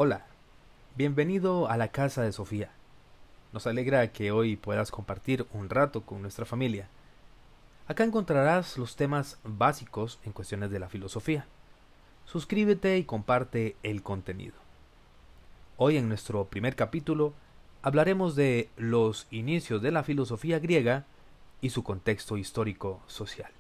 Hola, bienvenido a la casa de Sofía. Nos alegra que hoy puedas compartir un rato con nuestra familia. Acá encontrarás los temas básicos en cuestiones de la filosofía. Suscríbete y comparte el contenido. Hoy en nuestro primer capítulo hablaremos de los inicios de la filosofía griega y su contexto histórico social.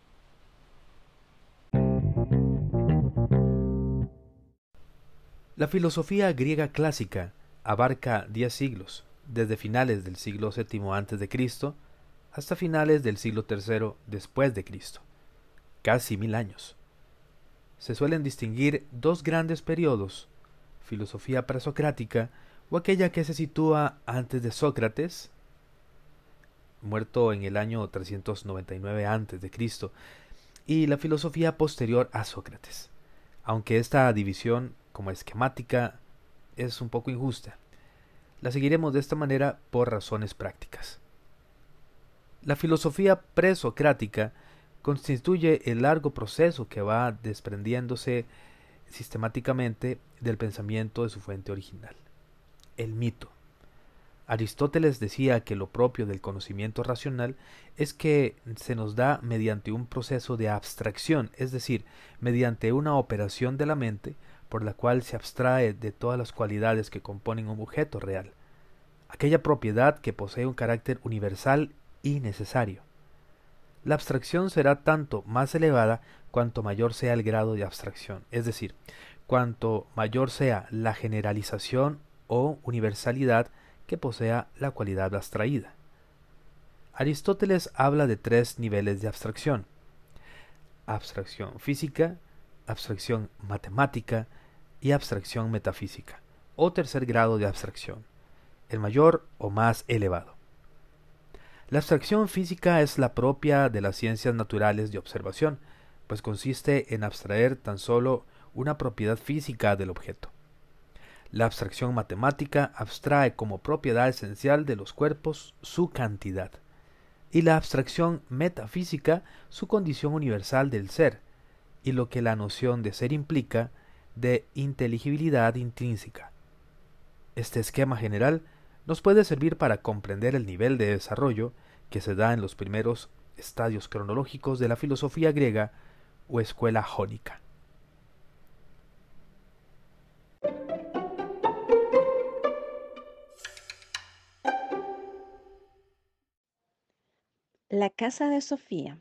La filosofía griega clásica abarca 10 siglos, desde finales del siglo VII a.C. hasta finales del siglo III después de Cristo, casi 1000 años. Se suelen distinguir dos grandes periodos: filosofía presocrática, o aquella que se sitúa antes de Sócrates, muerto en el año 399 a.C., y la filosofía posterior a Sócrates, aunque esta división como esquemática es un poco injusta. La seguiremos de esta manera por razones prácticas. La filosofía presocrática constituye el largo proceso que va desprendiéndose sistemáticamente del pensamiento de su fuente original, el mito. Aristóteles decía que lo propio del conocimiento racional es que se nos da mediante un proceso de abstracción, es decir, mediante una operación de la mente por la cual se abstrae de todas las cualidades que componen un objeto real, aquella propiedad que posee un carácter universal y necesario. La abstracción será tanto más elevada cuanto mayor sea el grado de abstracción, es decir, cuanto mayor sea la generalización o universalidad que posea la cualidad abstraída. Aristóteles habla de tres niveles de abstracción: abstracción física, abstracción matemática y abstracción metafísica, o tercer grado de abstracción, el mayor o más elevado. La abstracción física es la propia de las ciencias naturales de observación, pues consiste en abstraer tan solo una propiedad física del objeto. La abstracción matemática abstrae como propiedad esencial de los cuerpos su cantidad, y la abstracción metafísica su condición universal del ser, y lo que la noción de ser implica de inteligibilidad intrínseca. Este esquema general nos puede servir para comprender el nivel de desarrollo que se da en los primeros estadios cronológicos de la filosofía griega o escuela jónica. La casa de Sofía.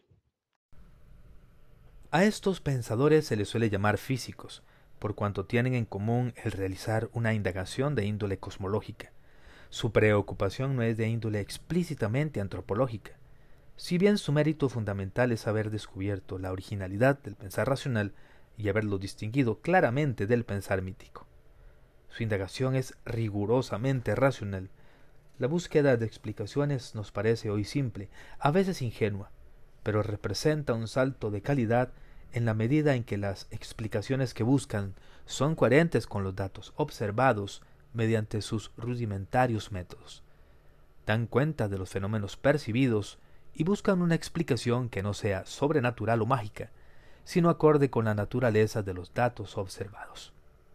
A estos pensadores se les suele llamar físicos, por cuanto tienen en común el realizar una indagación de índole cosmológica. Su preocupación no es de índole explícitamente antropológica, si bien su mérito fundamental es haber descubierto la originalidad del pensar racional y haberlo distinguido claramente del pensar mítico. Su indagación es rigurosamente racional. La búsqueda de explicaciones nos parece hoy simple, a veces ingenua, pero representa un salto de calidad en la medida en que las explicaciones que buscan son coherentes con los datos observados mediante sus rudimentarios métodos. Dan cuenta de los fenómenos percibidos y buscan una explicación que no sea sobrenatural o mágica, sino acorde con la naturaleza de los datos observados.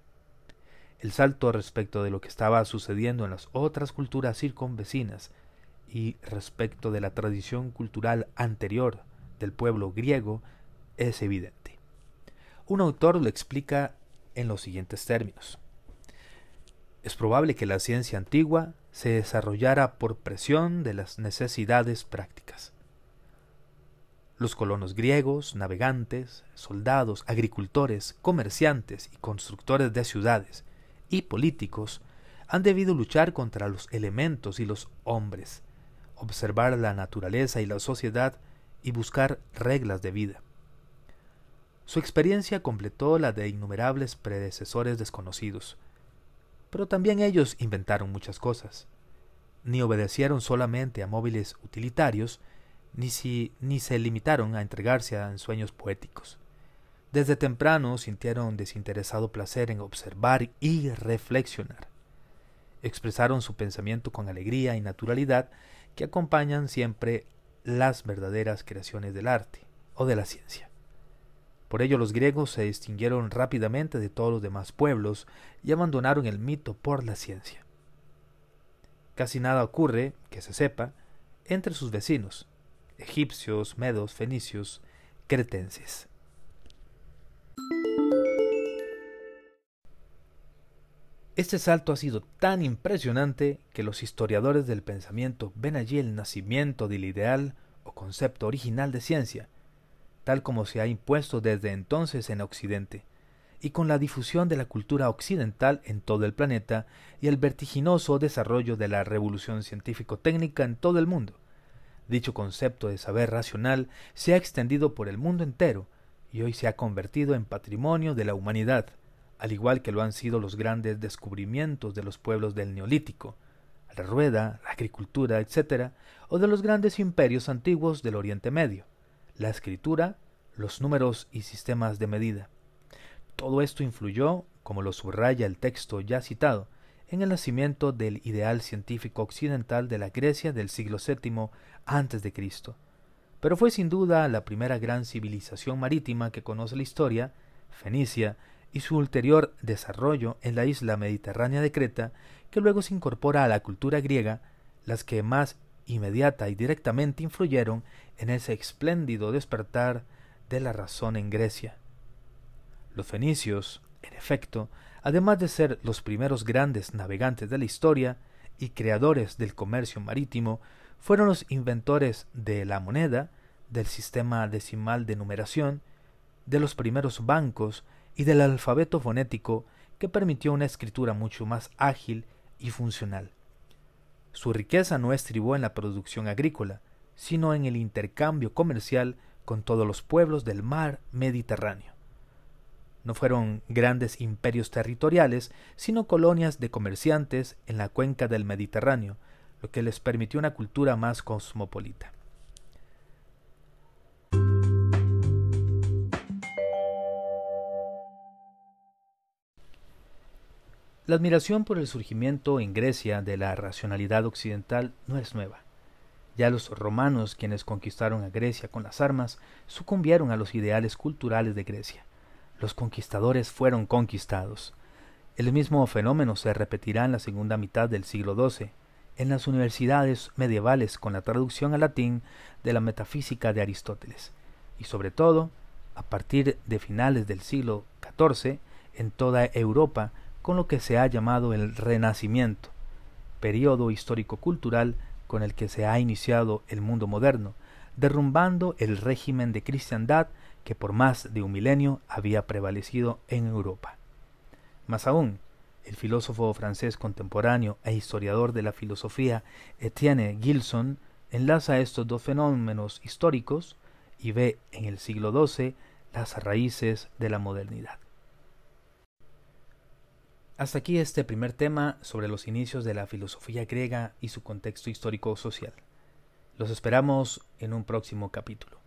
El salto respecto de lo que estaba sucediendo en las otras culturas circunvecinas y respecto de la tradición cultural anterior del pueblo griego es evidente. Un autor lo explica en los siguientes términos: es probable que la ciencia antigua se desarrollara por presión de las necesidades prácticas. Los colonos griegos, navegantes, soldados, agricultores, comerciantes y constructores de ciudades y políticos han debido luchar contra los elementos y los hombres, observar la naturaleza y la sociedad y buscar reglas de vida. Su experiencia completó la de innumerables predecesores desconocidos, pero también ellos inventaron muchas cosas. Ni obedecieron solamente a móviles utilitarios, ni se limitaron a entregarse a ensueños poéticos. Desde temprano sintieron desinteresado placer en observar y reflexionar. Expresaron su pensamiento con alegría y naturalidad que acompañan siempre las verdaderas creaciones del arte o de la ciencia. Por ello los griegos se distinguieron rápidamente de todos los demás pueblos y abandonaron el mito por la ciencia. Casi nada ocurre, que se sepa, entre sus vecinos, egipcios, medos, fenicios, cretenses. Este salto ha sido tan impresionante que los historiadores del pensamiento ven allí el nacimiento del ideal o concepto original de ciencia, tal como se ha impuesto desde entonces en Occidente, y con la difusión de la cultura occidental en todo el planeta y el vertiginoso desarrollo de la revolución científico-técnica en todo el mundo. Dicho concepto de saber racional se ha extendido por el mundo entero y hoy se ha convertido en patrimonio de la humanidad, al igual que lo han sido los grandes descubrimientos de los pueblos del Neolítico, la rueda, la agricultura, etc., o de los grandes imperios antiguos del Oriente Medio, la escritura, los números y sistemas de medida. Todo esto influyó, como lo subraya el texto ya citado, en el nacimiento del ideal científico occidental de la Grecia del siglo VII a.C., pero fue sin duda la primera gran civilización marítima que conoce la historia, Fenicia, y su ulterior desarrollo en la isla mediterránea de Creta, que luego se incorpora a la cultura griega, las que más inmediata y directamente influyeron en ese espléndido despertar de la razón en Grecia. Los fenicios, en efecto, además de ser los primeros grandes navegantes de la historia y creadores del comercio marítimo, fueron los inventores de la moneda, del sistema decimal de numeración, de los primeros bancos y del alfabeto fonético que permitió una escritura mucho más ágil y funcional. Su riqueza no estribó en la producción agrícola, sino en el intercambio comercial con todos los pueblos del mar Mediterráneo. No fueron grandes imperios territoriales, sino colonias de comerciantes en la cuenca del Mediterráneo, lo que les permitió una cultura más cosmopolita. La admiración por el surgimiento en Grecia de la racionalidad occidental no es nueva. Ya los romanos, quienes conquistaron a Grecia con las armas, sucumbieron a los ideales culturales de Grecia. Los conquistadores fueron conquistados. El mismo fenómeno se repetirá en la segunda mitad del siglo XII, en las universidades medievales con la traducción al latín de la metafísica de Aristóteles, y sobre todo, a partir de finales del siglo XIV, en toda Europa, con lo que se ha llamado el Renacimiento, periodo histórico-cultural con el que se ha iniciado el mundo moderno, derrumbando el régimen de cristiandad que por más de un milenio había prevalecido en Europa. Más aún, el filósofo francés contemporáneo e historiador de la filosofía Étienne Gilson enlaza estos dos fenómenos históricos y ve en el siglo XII las raíces de la modernidad. Hasta aquí este primer tema sobre los inicios de la filosofía griega y su contexto histórico-social. Los esperamos en un próximo capítulo.